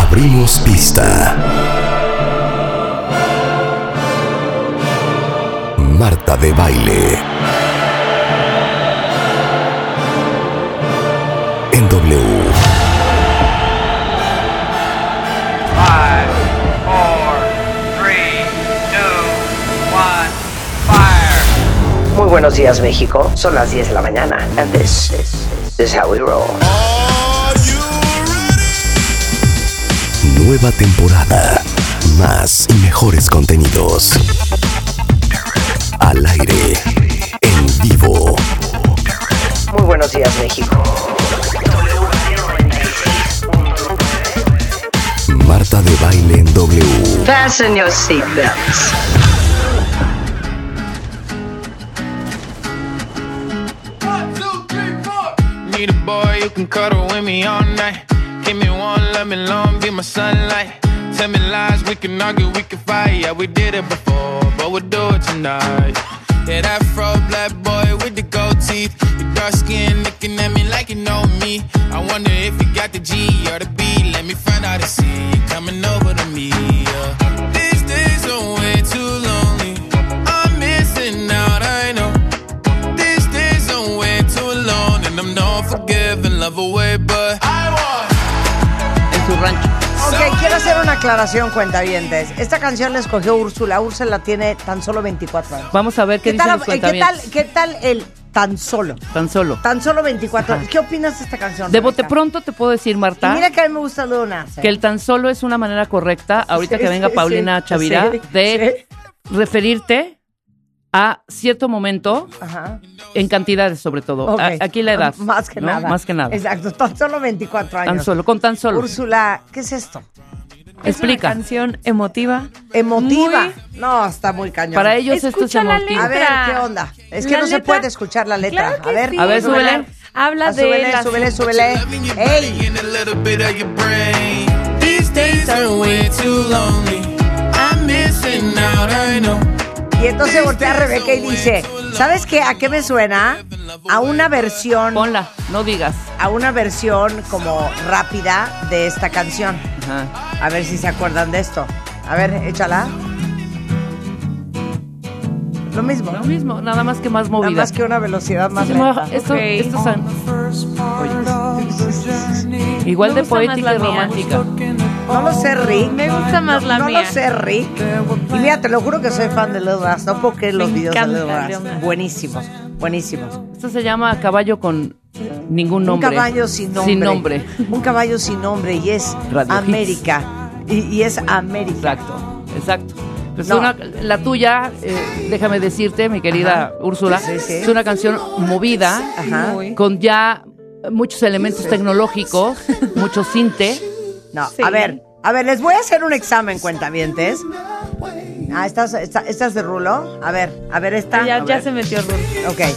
Abrimos pista. Marta de Baile. En W. 5, 4, 3, 2, 1, fire. Muy buenos días, México. Son las 10 de la mañana. And this is how we roll. Nueva temporada. Más y mejores contenidos. Al aire. En vivo. Muy buenos días, México. Marta de Baile en W. Fasten your seatbelts. Need a boy who can cuddle with me all night. Give me one, let me long, be my sunlight. Tell me lies, we can argue, we can fight. Yeah, we did it before, but we'll do it tonight. Yeah, that fro black boy with the gold teeth. Your dark skin looking at me like you know me. I wonder if you got the G or the B. Let me find out and see you coming over to me. Yeah. These days are way too lonely. I'm missing out, I know. These days are way too alone, and I'm not forgiving, love away, but I want. En su rancho. Ok, quiero hacer una aclaración, cuentavientes. Esta canción la escogió Úrsula. Úrsula tiene tan solo 24 años. Vamos a ver qué dicen los cuentavientes. ¿Qué tal el tan solo? Tan solo. Tan solo 24 años. ¿Qué opinas de esta canción? De bote pronto te puedo decir, Marta, Y mira que a mí me gusta Luna. que el tan solo es una manera correcta, ahorita Sí, que venga sí, Paulina sí, Chavira, sí, de referirte a cierto momento, Ajá. en cantidades sobre todo. Ok. Aquí la edad. Más que ¿no? nada. Más que nada. Exacto, tan solo 24 años. Tan solo, con tan solo. Úrsula, ¿qué es esto? Explica. Es una canción emotiva. ¿Emotiva? Muy- No, está muy cañón. Para ellos esto es Escucha la emotivo. A ver, letra. ¿qué onda? Es que La no se letra- puede escuchar la letra. Claro que a ver, sí. A ver, súbele. Habla de súbele, la súbele, súbele. ¡Ey! In a little bit of your brain. These days are way too lonely. I'm missing out, I know. Y entonces voltea a Rebeca y dice, ¿sabes qué? ¿A qué me suena? A una versión, Ponla, no digas. a una versión como rápida de esta canción. Ajá. A ver si se acuerdan de esto. A ver, échala. Lo mismo. Lo mismo, nada más que más movida. Nada más que una velocidad más Sí, lenta. esto, Ok. estos son- igual de Me gusta más poética y la mía. romántica. No lo sé, Rick. Me gusta más la no mía. lo sé, Rick. Y mira, te lo juro que soy fan de Lil Nas. No puedo creer los Me videos de encanta Lil Nas. Lil Nas. Buenísimos, buenísimos. Esto se llama Caballo con ningún nombre. Un caballo sin nombre. Sin nombre. Un caballo sin nombre y es Radio América. Y es América. Exacto, exacto. Pues No. la tuya, déjame decirte, mi querida Úrsula, Sí, sí. es una canción movida, Ajá. Muy. con ya muchos elementos tecnológicos, mucho cinte. No, Sí. a ver, les voy a hacer un examen, cuentavientes. Ah, ¿esta es de Rulo? A ver, esta. Ya, A ya ver. se metió Ruth. Ok.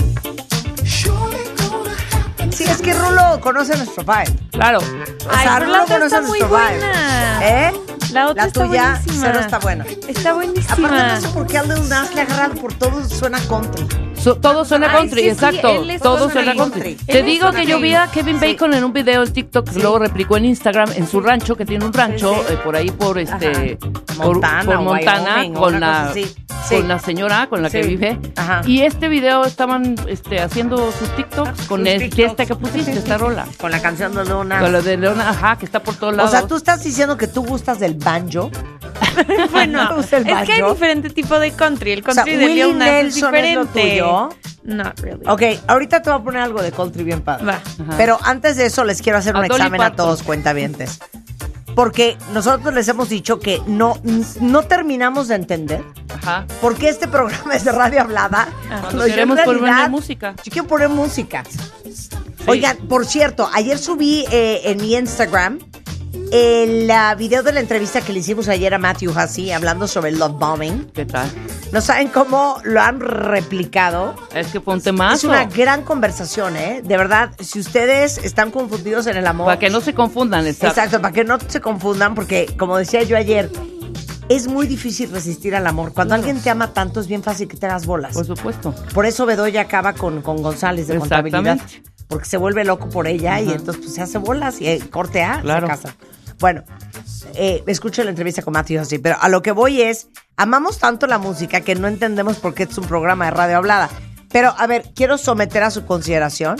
Sí, es que Rulo conoce nuestro vibe. Claro, O Ay, sea, pero Rulo la otra conoce está muy nuestro vibe. buena. ¿Eh? La otra está tuya, buenísima. cero está buena. Está buenísima. Aparte, no sé por qué a Lil Nas le agarran por todo, suena country. todo suena Ay, country, sí, sí, exacto. él es Todo country. suena country. Él Te es digo que country. yo vi a Kevin Sí. Bacon en un video en TikTok, que luego replicó en Instagram, en su rancho, que tiene un rancho, Sí, sí. por ahí por Ajá. Montana por o Montana, Wyoming o con una la cosa así. Sí. con la señora con la que Sí. vive. Ajá. Y este video estaban haciendo sus TikToks con Sus el TikToks. fiesta que pusiste, esta rola. Con la canción de Luna. Con lo de Leona, ajá, que está por todos O lados. sea, tú estás diciendo que tú gustas del banjo. Bueno, ¿Te gusta el es que hay banjo? diferente tipo de country. El O sea, country de Willie Lil Nas es Nelson es lo diferente. tuyo. Not really. Ok, ahorita te voy a poner algo de country bien padre. Va. Ajá. Pero antes de eso les quiero hacer un A Dolly examen a Parton. todos, cuentavientes. Porque nosotros les hemos dicho que no terminamos de entender Ajá. por qué este programa es de radio hablada. Cuando queremos poner música. Yo quiero poner música. Oigan, por cierto, ayer subí en mi Instagram el video de la entrevista que le hicimos ayer a Matthew Hussey hablando sobre el love bombing. ¿Qué tal? No saben cómo lo han replicado. Es que ponte más. Es una gran conversación, ¿eh? De verdad, si ustedes están confundidos en el amor. Para que no se confundan, Exacto, para que no se confundan, porque como decía yo ayer, es muy difícil resistir al amor. Cuando alguien te ama tanto, es bien fácil que te hagas bolas. Por supuesto. Por eso Bedoya acaba con González de contabilidad. Exactamente. Porque se vuelve loco por ella y Ajá. entonces pues, se hace bolas y corte A, Claro. se casa. Bueno, escucho la entrevista con Matthew así, pero a lo que voy es, amamos tanto la música que no entendemos por qué es un programa de radio hablada. Pero, a ver, quiero someter a su consideración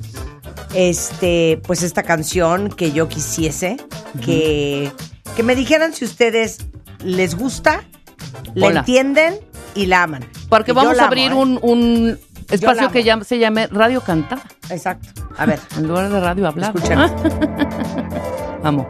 pues esta canción que yo quisiese que me dijeran si ustedes les gusta, la entienden y la aman. Porque Yo vamos la a abrir amo, un la espacio amo. que se llame Radio Cantada. Exacto. A ver, En lugar de Radio Hablada. escuchemos. Vamos.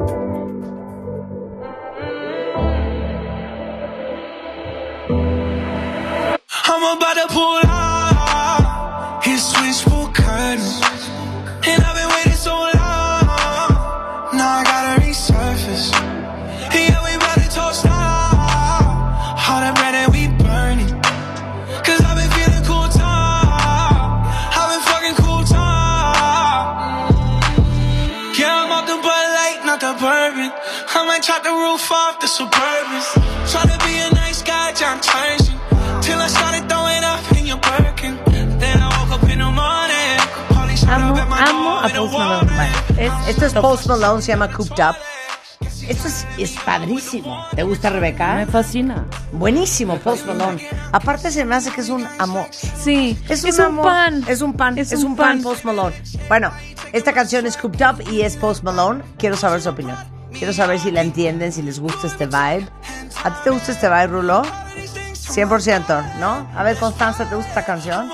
I'm about to pull out his switchboard curtains, and I've been waiting so long. Now I gotta resurface. Yeah, we about to toast now. All that bread that we burning, 'cause I've been feeling cool time. I've been fucking cool time. Yeah, I'm off the Bud Light, not the bourbon. I might chop the roof off the Suburbans. Tryna be a nice guy, John Turner. Till I started throwing up in your Birkin. Then I woke up in the morning. Amo a Post Malone. Esto es Post Malone, se llama Cooped Up. Esto es padrísimo. ¿Te gusta, Rebeca? Me fascina. Buenísimo, Post Malone. Aparte se me hace que es un amor. Sí, Es un amor. pan. Es un pan. Es un pan, Post Malone. Bueno, esta canción es Cooped Up y es Post Malone. Quiero saber su opinión. Quiero saber si la entienden, si les gusta este vibe. ¿A ti te gusta este vibe, Rulo? 100%, ¿no? A ver, Constanza, ¿te gusta esta canción?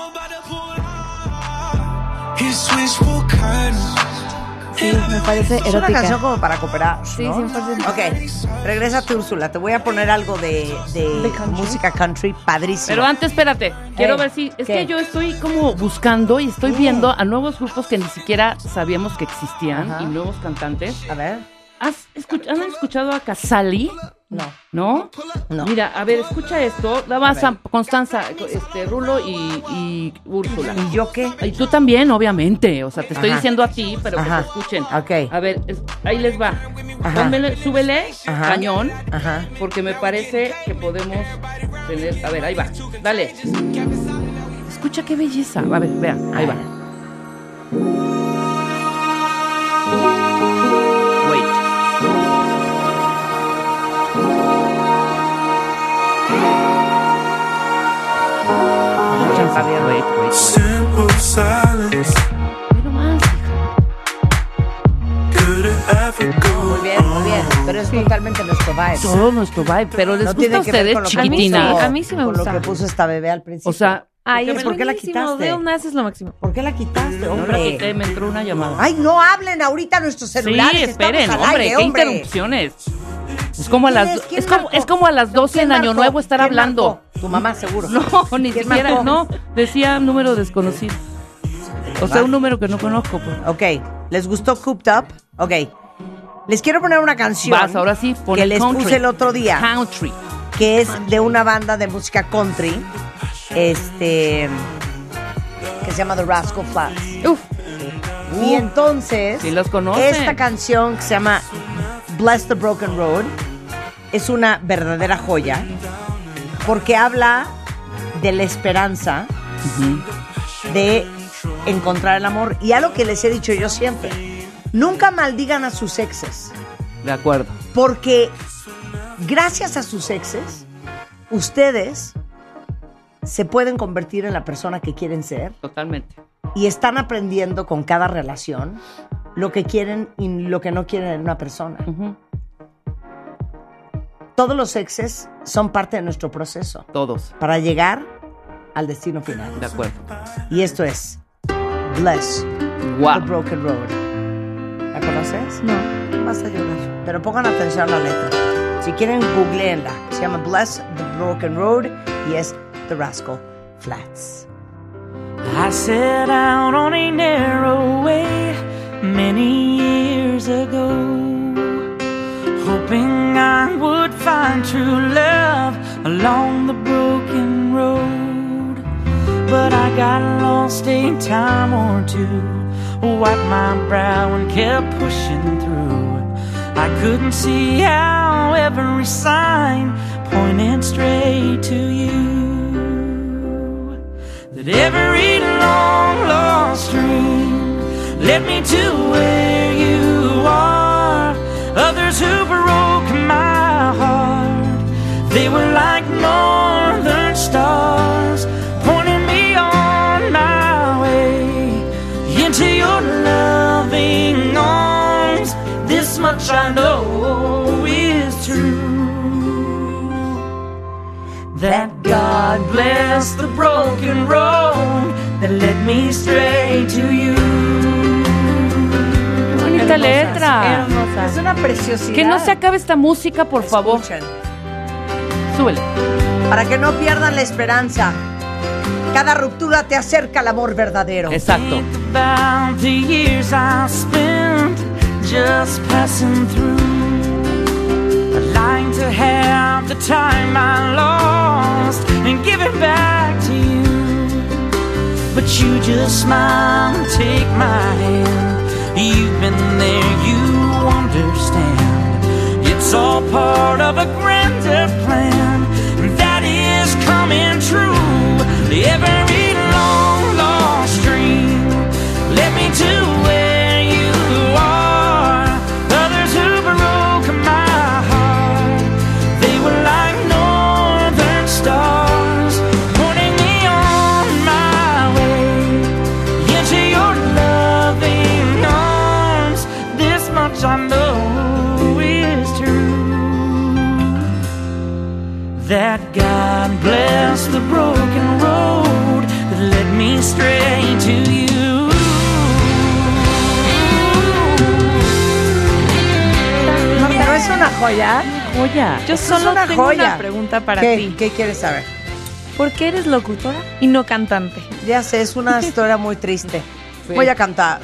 His switchboard curtains. Sí, me parece Es una erótica. canción como para cooperar, Sí, ¿no? 100%. Ok, regrésate, Úrsula. Te voy a poner algo de country. música country padrísimo. Pero antes, espérate. Quiero ver si... Es ¿qué? que yo estoy como buscando y estoy viendo a nuevos grupos que ni siquiera sabíamos que existían. Ajá. Y nuevos cantantes. A ver. ¿Han escuchado a Casali? No. ¿No? No. Mira, a ver, escucha esto. Dabas a Constanza, Rulo y Úrsula. ¿Y yo qué? Y tú también, obviamente. O sea, te estoy Ajá. diciendo a ti, pero que Ajá. te escuchen. Ok. A ver, ahí les va. Ajá. Pónmele, súbele, Ajá. cañón, Ajá. porque me parece que podemos tener... A ver, ahí va. Dale. Escucha qué belleza. A ver, vean, ahí va. Wait. Wait. Simple silence. Pero más, hija. Could it ever go? Muy bien, muy bien. Pero es totalmente nuestro vibe. Todo nuestro vibe, pero les No gusta tiene a que ver ustedes, con lo que chiquitina. puso- A mí sí me con gusta. lo que puso esta bebé al principio. O sea, Ay, ¿Por es qué la buenísimo. quitaste? Lil Nas es lo máximo. ¿Por qué la quitaste, no la hombre? quité, me entró una llamada. Ay, no hablen ahorita nuestros celulares. Sí, esperen, estamos al hombre, aire, qué hombre. interrupciones. Es como a las ¿Quién es como, marcó? es como a las 12 en ¿Quién Año marcó? Nuevo estar ¿Quién hablando. marcó? Tu mamá, seguro. No, ni ¿Quién siquiera, marcó? no, decía número desconocido. O sea, un número que no conozco, pues. Ok, ¿les gustó Cooped Up? Ok. Les quiero poner una canción Vas, ahora sí, pon que el les country. puse el otro día, Country. que es de una banda de música country, que se llama The Rascal Flatts. Uf, Y entonces, sí los conocen. esta canción que se llama Bless the Broken Road es una verdadera joya porque habla de la esperanza de encontrar el amor. Y algo que les he dicho yo siempre, nunca maldigan a sus exes, de acuerdo. porque gracias a sus exes, ustedes se pueden convertir en la persona que quieren ser Totalmente. y están aprendiendo con cada relación lo que quieren y lo que no quieren en una persona. Ujú. Todos los exes son parte de nuestro proceso Todos, para llegar al destino final. de acuerdo. Y esto es Bless Wow. the Broken Road. ¿La conoces? No. Vas a llorar. Pero pongan atención a la letra. Si quieren, googleenla. Se llama Bless the Broken Road y es The Rascal Flatts. I set out on a narrow way many years ago, hoping I would find true love along the broken road. But I got lost a time or two, wiped my brow and kept pushing through. I couldn't see how every sign pointed straight to you. That every long lost dream led me to where you are. A much I know is true. That God bless the broken road that led me straight to you. Qué bonita letra. Hermosa. Es una preciosidad. Que no se acabe esta música, por favor. Escuchen. Súbele. Para que no pierdan la esperanza. Cada ruptura te acerca al amor verdadero. Exacto. About the years I spent just passing through. I'd like to have the time I lost and give it back to you. But you just smile and take my hand. You've been there, you understand. It's all part of a grander plan that is coming true. Every long lost dream led me to where you are. Others who broke my heart, they were like northern stars, pointing me on my way into your loving arms. This much I know is true, that God bless the broken road that led me straight to you. No, pero es una joya. Joya. Yo Esto es solo una tengo joya. una pregunta para ¿Qué? ti. ¿Qué quieres saber? ¿Por qué eres locutora y no cantante? Ya sé, es una historia muy triste. Voy a cantar.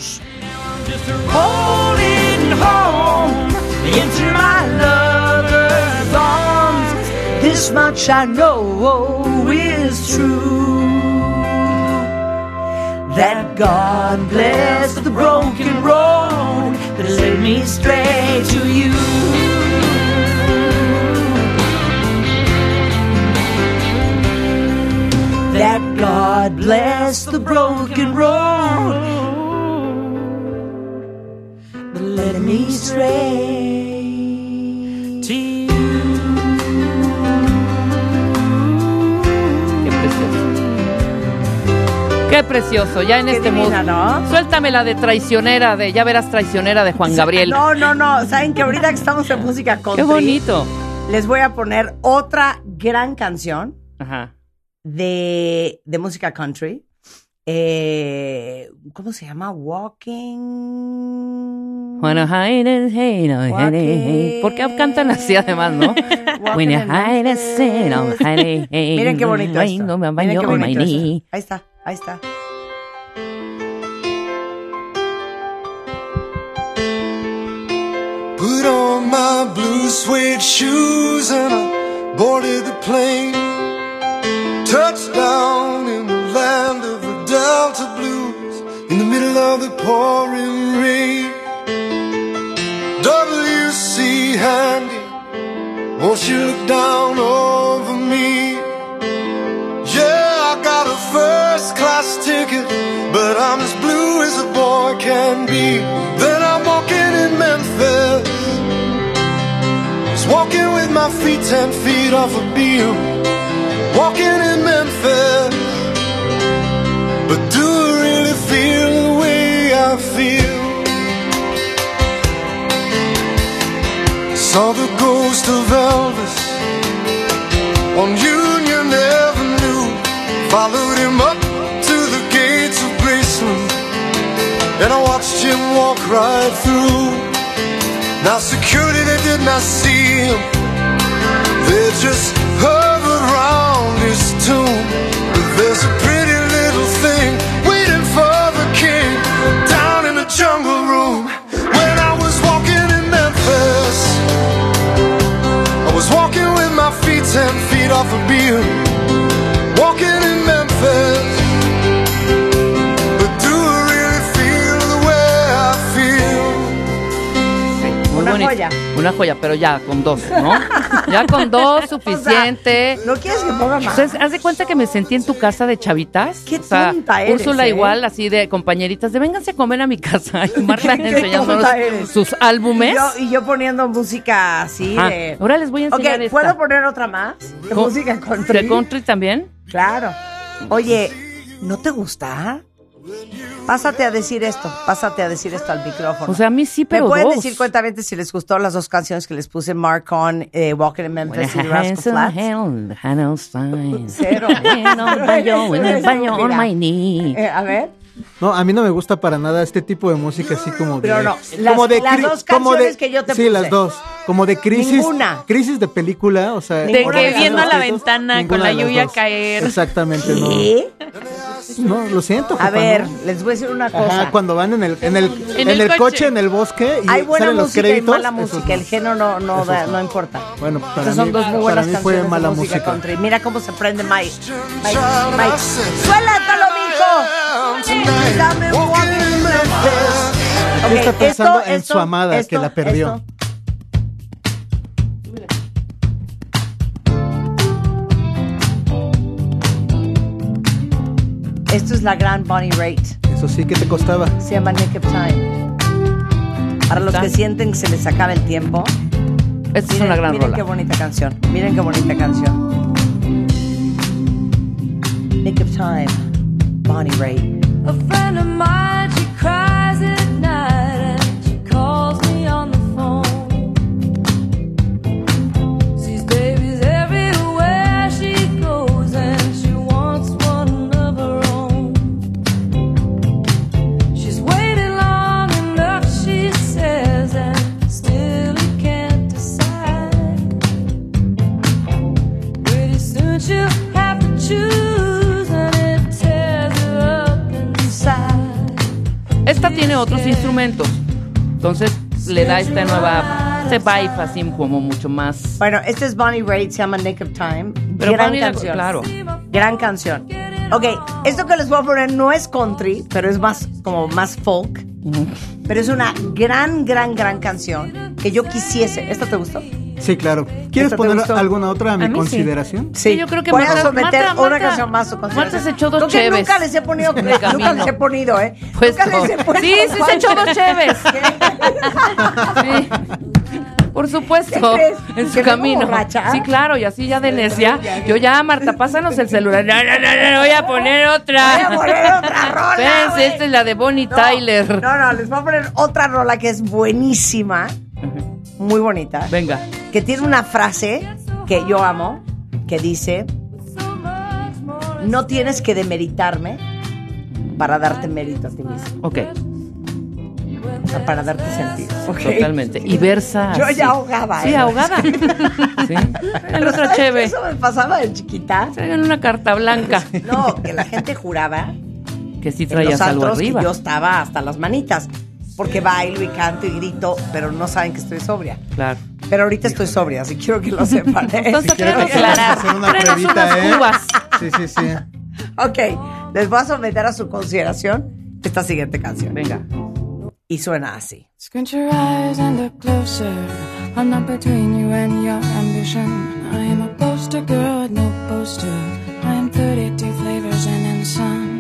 Holding home into my lover's arms. This much I know is true, that God bless the broken road that led me straight to you. That God bless the broken road that led me straight to you. Qué precioso, ya en Qué este divina, mood. ¿no? Suéltame la de traicionera, de ya verás traicionera de Juan Gabriel. No, saben que ahorita que estamos en música country, Qué bonito. les voy a poner otra gran canción Ajá. de música country. ¿Cómo se llama? Walking. Wanna hide it, hey, no, hey. ¿Por qué cantan así además, no? When you hide it, say, no, hide it, hey. Miren qué bonito esto. No, me Miren qué baño, bonito my esto. Ahí está, ahí está. Put on my blue suede shoes and I boarded the plane. Touchdown in the land of the Delta Blues, in the middle of the pouring rain. W.C. Handy, won't you look down over me? Yeah, I got a first class ticket, but I'm as blue as a boy can be. Then I'm walking in Memphis, just walking with my feet 10 feet off a beam. Walking in Memphis, but do I really feel the way I feel? Saw the ghost of Elvis on Union Avenue, followed him up to the gates of Graceland, and I watched him walk right through. Now security, they did not see him, they just hovered around his tomb. But there's a pretty little thing waiting for the king down in the jungle room. When I was walking in Memphis, I was walking with my feet 10 feet off a beam. Walking in Memphis, but do I really feel the way I feel? Muy Una bonito. joya. Una joya, pero ya con dos, ¿no? Ya con dos, suficiente. ¿No quieres que ponga más? Entonces, haz de cuenta que me sentí en tu casa de chavitas. Qué tonta eres, Úrsula ¿eh? igual, así de compañeritas, de vénganse a comer a mi casa. Y Marta Qué enseñándonos tonta eres. sus álbumes. Y yo poniendo música así Ajá. de... Ahora les voy a enseñar Ok, esta. ¿puedo poner otra más? De música country. ¿De country también? Claro. Oye, ¿no te gusta Pásate a decir esto al micrófono. O sea, a mí sí, pero ¿Me pueden dos. decir, cuentamente, si les gustó las dos canciones que les puse, Mark On, Walking in Memphis y Rascal Flatts? Cero. En el baño, on my knee. A ver. No, a mí no me gusta para nada este tipo de música así como de... Pero no, como las cri- dos como canciones que yo te sí, puse. las dos. Como de crisis. Ninguna. Crisis de película, o sea... De Ninguna que de las viendo dos. a la ventana con Ninguna la de las lluvia dos. caer. Exactamente, ¿Qué? no. No, lo siento, A jefa, ver, no. les voy a decir una cosa. Ajá, cuando van en el el coche, coche. en el bosque y Hay buena salen los música créditos. y mala esos música. El género no importa. Bueno, para Estas son mí, dos muy para buenas mí fue canciones mala de música música. country. Mira cómo se prende Mike. ¡Suéltalo, mijo! Dame walking in Memphis. Aquí está pensando en esto, su amada esto, que la perdió. esto. Esto es la gran Bonnie Raitt. Eso sí, ¿qué te costaba? Se llama Nick of Time. Para los que sienten que se les acaba el tiempo, Esta es una gran miren rola. qué bonita canción. Miren qué bonita canción. Nick of Time, Bonnie Raitt. A friend of mine, she cries at night and she calls me on the phone. Sees babies everywhere she goes and she wants one of her own. She's waited long enough, she says, and still he can't decide. Pretty soon she'll have to choose and it tears her up inside. Esta tiene otros instrumentos. Entonces le da esta nueva. Se va así como mucho más. Bueno, este es Bonnie Raitt, se llama Nick of Time. Pero Gran Bonnie, canción. claro. Gran canción. Ok, esto que les voy a poner no es country, pero es más como más folk. Pero es una gran canción que yo quisiese. ¿Esta te gustó? Sí, claro. ¿Quieres ¿Esta te poner gustó? alguna otra a mi A mí sí. consideración? Sí, yo creo que voy a Marta- someter Marta- una Marta- canción más a su consideración. Marta se echó dos Creo que cheves nunca les he ponido, en el nunca camino. les he ponido, Pues nunca no. les he puesto. Sí, se echó dos cheves. Sí. Por supuesto, ¿Qué crees? en su ¿Que vengo camino. borracha? Sí, claro, y así ya de necia. Yo ya, Marta, pásanos el celular. No, voy a poner otra. Voy a poner otra rola, Espérense, güey. esta es la de Bonnie Tyler. No, les voy a poner otra rola que es buenísima, muy bonita, Venga. que tiene una frase que yo amo, que dice: no tienes que demeritarme para darte mérito a ti mismo. Ok, O sea, para darte sentido. ¿ok? totalmente. Y versa Yo así. ya ahogaba. Sí, ahogada. Sí. El Pero otro ¿sabes cheve. qué? Eso me pasaba de chiquita. Traigan una carta blanca. No, que la gente juraba Que sí en traías los algo antros que arriba. yo estaba hasta las manitas. Porque bailo y canto y grito, pero no saben que estoy sobria. Claro. Pero ahorita estoy sobria, así quiero que lo sepan. Entonces, quiere tráenos que unas- hacer una tráenos pruebita, unas cubas. Sí. Ok, les voy a someter a su consideración esta siguiente canción. Venga. Y suena así. Squint your eyes and look closer. I'm not between you and your ambition. I am a poster girl with no poster. I am 32 flavors and then some.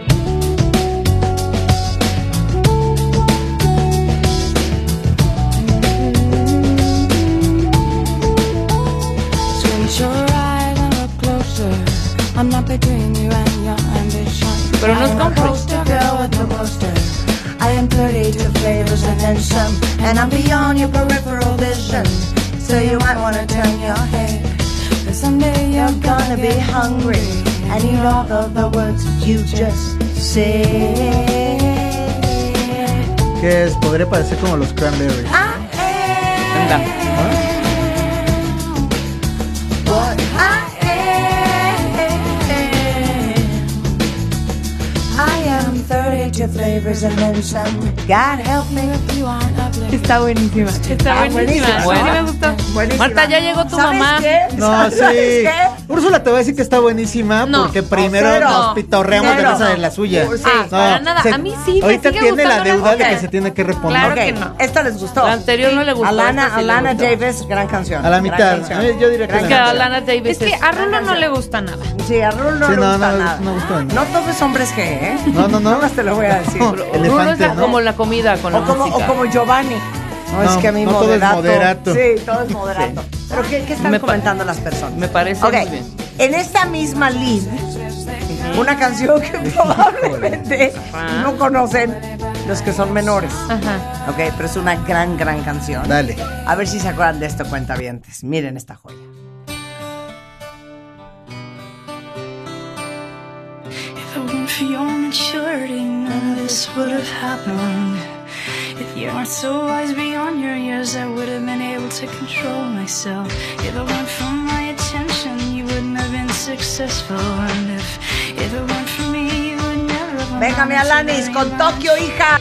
Squint your eyes and look closer. I'm not between you and your ambition. Pero no es I am a country. poster girl with no poster. I am 32 flavors and then some, and I'm beyond your peripheral vision. So you might want to turn your head, 'cause someday you're gonna be hungry and eat all of the words you just said. ¿Qué es? Podría parecer como los Cranberries. Venga. What I am 32 flavors and then some. God help me if you aren't uplifted. Está buenísima. Está buenísima. Bueno. Sí me gustó. Buenísima. Marta, ya llegó tu ¿Sabes mamá. qué? No, ¿Sabes sí. qué? Úrsula te va a decir que está buenísima No. porque primero cero. nos pitorreamos de Cero. esa de la suya. Sí, para nada. A mí sí me Ahorita sigue tiene la gustando deuda de la- que se tiene que reponer. Claro Ok, que no. esta les gustó. La anterior no le gustó. Alana, esta sí le Alana gustó. Davis, gran canción. A la Gran mitad. canción. Yo diría que Gran la Que a mitad. Alana Davis Es que a Rulo no le gusta nada. Sí, a Rulo no Sí, le no, gusta no, nada. no gusta. No todos hombres G, ¿eh? No. Nomás te lo voy a decir. No. Rulo Elefante, es ¿no? como la comida con la O como música. Giovanni. No, es No, que a mí no todo es moderato. moderato. Sí, todo es moderato. Pero ¿qué están Me pa- comentando las personas? Me parece Ok, muy bien. en esta misma lead, Una canción que probablemente no conocen los que son menores. Ajá. Ok, pero es una gran, gran canción. Dale. A ver si se acuerdan de esto, cuentavientes. Miren esta joya. If it weren't for your maturity, none of this would have happened. If you weren't so wise beyond your years, I would have been able to control myself. If it weren't for my attention, you wouldn't have been successful. And if it weren't for me, you would never have. Venga, mi Alanis, con Tokio, hija.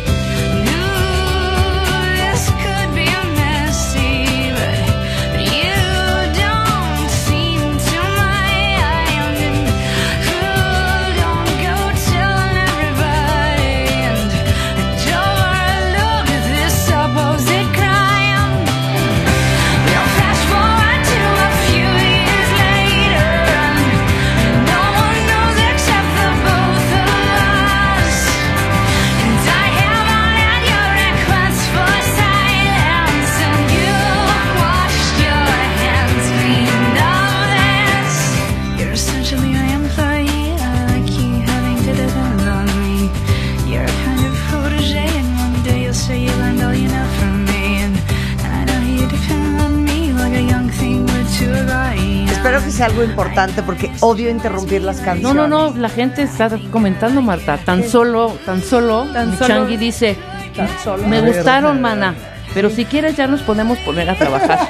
This could be a messy, but you don't seem to mind. Cool, don't go telling everybody, and don't look at this supposed crime. We'll flash forward to a few years later, and no one knows except the both of us. And I have all at your request for silence, and you washed your hands clean of this. You're essentially my employee. I like you having to depend on me. You're a kind of protege, and one day you'll say you learned all you know from me. And I know you depend on me like a young thing would to a guy. Espero que sea algo importante porque odio interrumpir las canciones. No, la gente está comentando, Marta. Tan solo, mi Changi dice, me gustaron, mana, pero si quieres ya nos podemos poner a trabajar.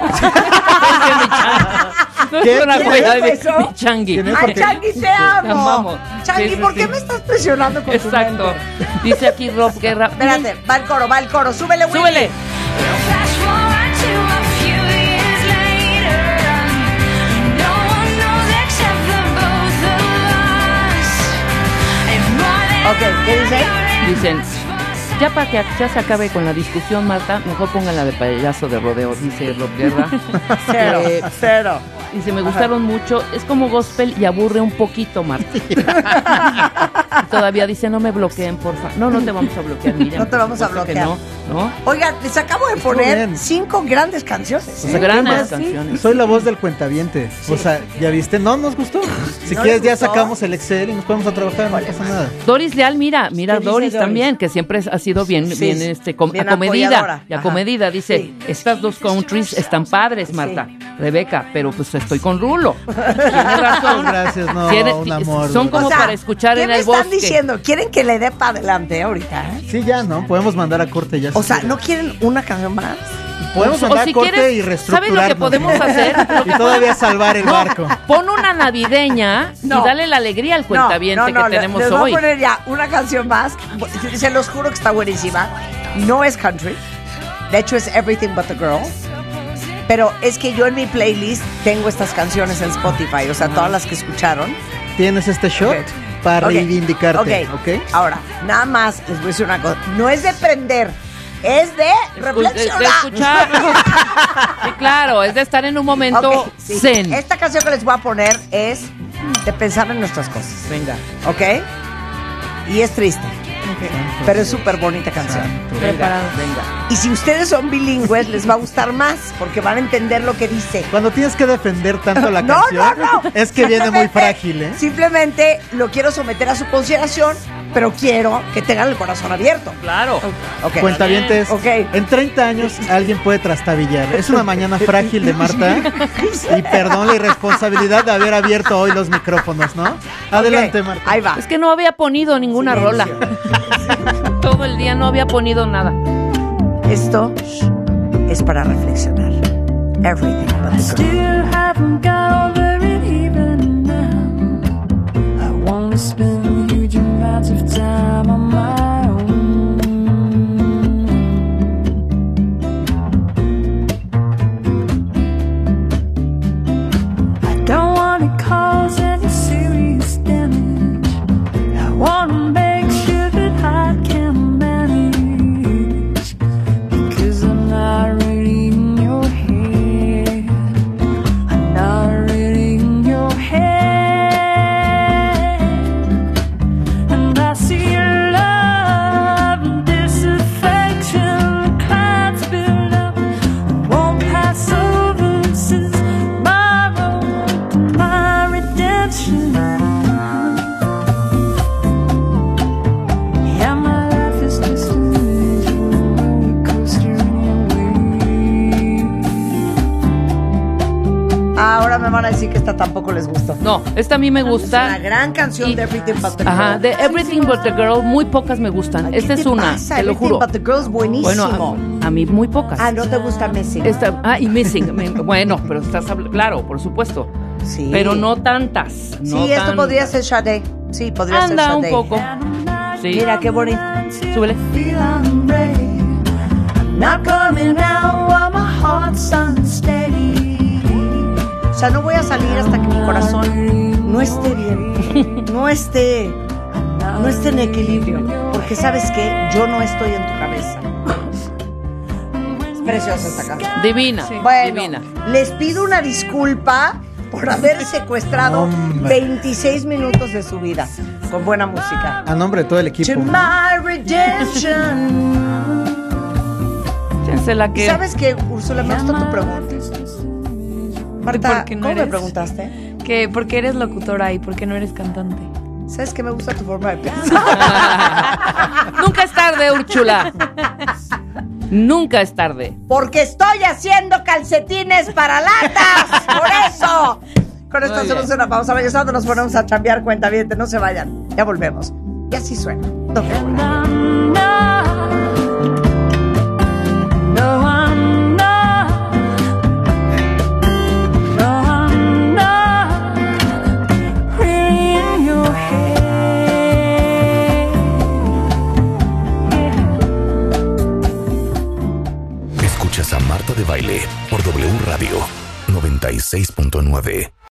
No es una joya de mi Changi. ¡Ay, Changi, te amo! amamos. Changi, Sí, ¿por qué sí. me estás presionando con tu Exacto. mente? Dice aquí Rob Guerra. Espérate, va el coro. Súbele, Willy. Súbele. Flash forward to a few years later, and no one knows except the both of us. If more than Ok, ¿qué dice? Dicen, ya para que ya se acabe con la discusión, Marta, mejor pónganla de payaso de rodeo, dice Rob Guerra. Cero. Dice, me gustaron mucho, es como gospel y aburre un poquito, Marta. Y todavía dice, no me bloqueen, porfa. No te vamos a bloquear, Miriam. No te vamos a por supuesto que bloquear. No. Oigan, les acabo de poner 5 grandes canciones. O sea, grandes canciones. Soy la voz del cuentaviente. O sea, ¿ya viste? No nos gustó. Si ¿No quieres les ya gustó? sacamos el Excel y nos podemos a trabajar, no pasa nada. Doris Leal, mira ¿Qué dice Doris Doris? también, que siempre ha sido bien Sí, bien bien acomedida apoyadora. y Ajá. acomedida. Dice, Sí. estas dos countries están padres, Marta. Sí. Rebeca, pero pues estoy con Rulo. Tiene razón. Gracias, no, un amor. Son como O sea, para escuchar ¿qué en me el están bosque. diciendo? ¿Quieren que le dé para adelante ahorita? Sí, ya, ¿no? Podemos mandar a corte ya. O si sea, quieres. ¿no quieren una canción más? Podemos O mandar si a corte quieres, y reestructurarnos. ¿sabes lo que podemos hacer? Y todavía salvar el barco. Pon una navideña No. y dale la alegría al cuentaviente que tenemos les hoy. voy a poner ya una canción más. Se los juro que está buenísima. No es country. De hecho, es Everything But the Girl. Pero es que yo en mi playlist tengo estas canciones en Spotify. O sea, todas las que escucharon. Tienes este shot Ok. para Ok. reivindicarte, ¿ok? Ahora, nada más les voy a decir una cosa. No es de prender, es de reflexionar. De escuchar. Sí, claro, es de estar en un momento Ok, sí. zen. Esta canción que les voy a poner es de pensar en nuestras cosas. Venga. ¿Ok? Y es triste. Pero es súper bonita canción. Venga. Y si ustedes son bilingües, les va a gustar más, porque van a entender lo que dice. Cuando tienes que defender tanto la No, canción, no. es que viene muy Simplemente- frágil, ¿eh? Simplemente lo quiero someter a su consideración, pero quiero que tengan el corazón abierto. Claro. Ok. Cuentavientes, Ok. en 30 años alguien puede trastabillar. Es una mañana frágil de Marta y perdón la irresponsabilidad de haber abierto hoy los micrófonos, ¿no? Adelante, Ok, Marta. Ahí va. Es que no había ponido ninguna rola. Todo el día no había ponido nada. Esto es para reflexionar. Everything but the girl. still haven't got over it even now. I wanna spend huge amounts of time on my own. I don't wanna cause any serious damage. I wanna make sure that I can manage, because I'm not really in your head. I'm not really in your head. ahora me van a decir que esta tampoco les gustó. No, esta a mí me gusta. Es una gran canción de Everything But the Girl. Ajá, de Everything But the Girl, muy pocas me gustan. Esta es una, te lo juro. Everything But the Girl es buenísimo. Bueno, a mí muy pocas. ¿no te gusta Missing? Y Missing. Bueno, pero claro, por supuesto. Sí. Pero no tantas. No sí, esto tantas. podría ser Sade. Sí, podría ser Sade. Anda un poco. Sí. Mira, qué bonito. Súbele. Not coming now while my heart's unsteady. O sea, no voy a salir hasta que mi corazón no esté bien, no esté en equilibrio, porque sabes que yo no estoy en tu cabeza. Es preciosa esta canción. Divina, Bueno, divina. les pido una disculpa por haber secuestrado 26 minutos de su vida con buena música. A nombre de todo el equipo. To my redemption. La que... ¿Sabes qué, Úrsula? Me gusta tu pregunta. Marta, ¿Por qué no ¿cómo me eres? preguntaste? Que ¿por qué eres locutora y por qué no eres cantante? ¿Sabes qué? Me gusta tu forma de pensar. Nunca es tarde, Úrsula. Nunca es tarde. Porque estoy haciendo calcetines para latas. Por eso. Con esto Muy hacemos bien. una pausa. Regresando nos ponemos a chambear, cuentavientes. No se vayan. Ya volvemos. Y así suena. Escuchas a Marta de Baile por W Radio 96.9.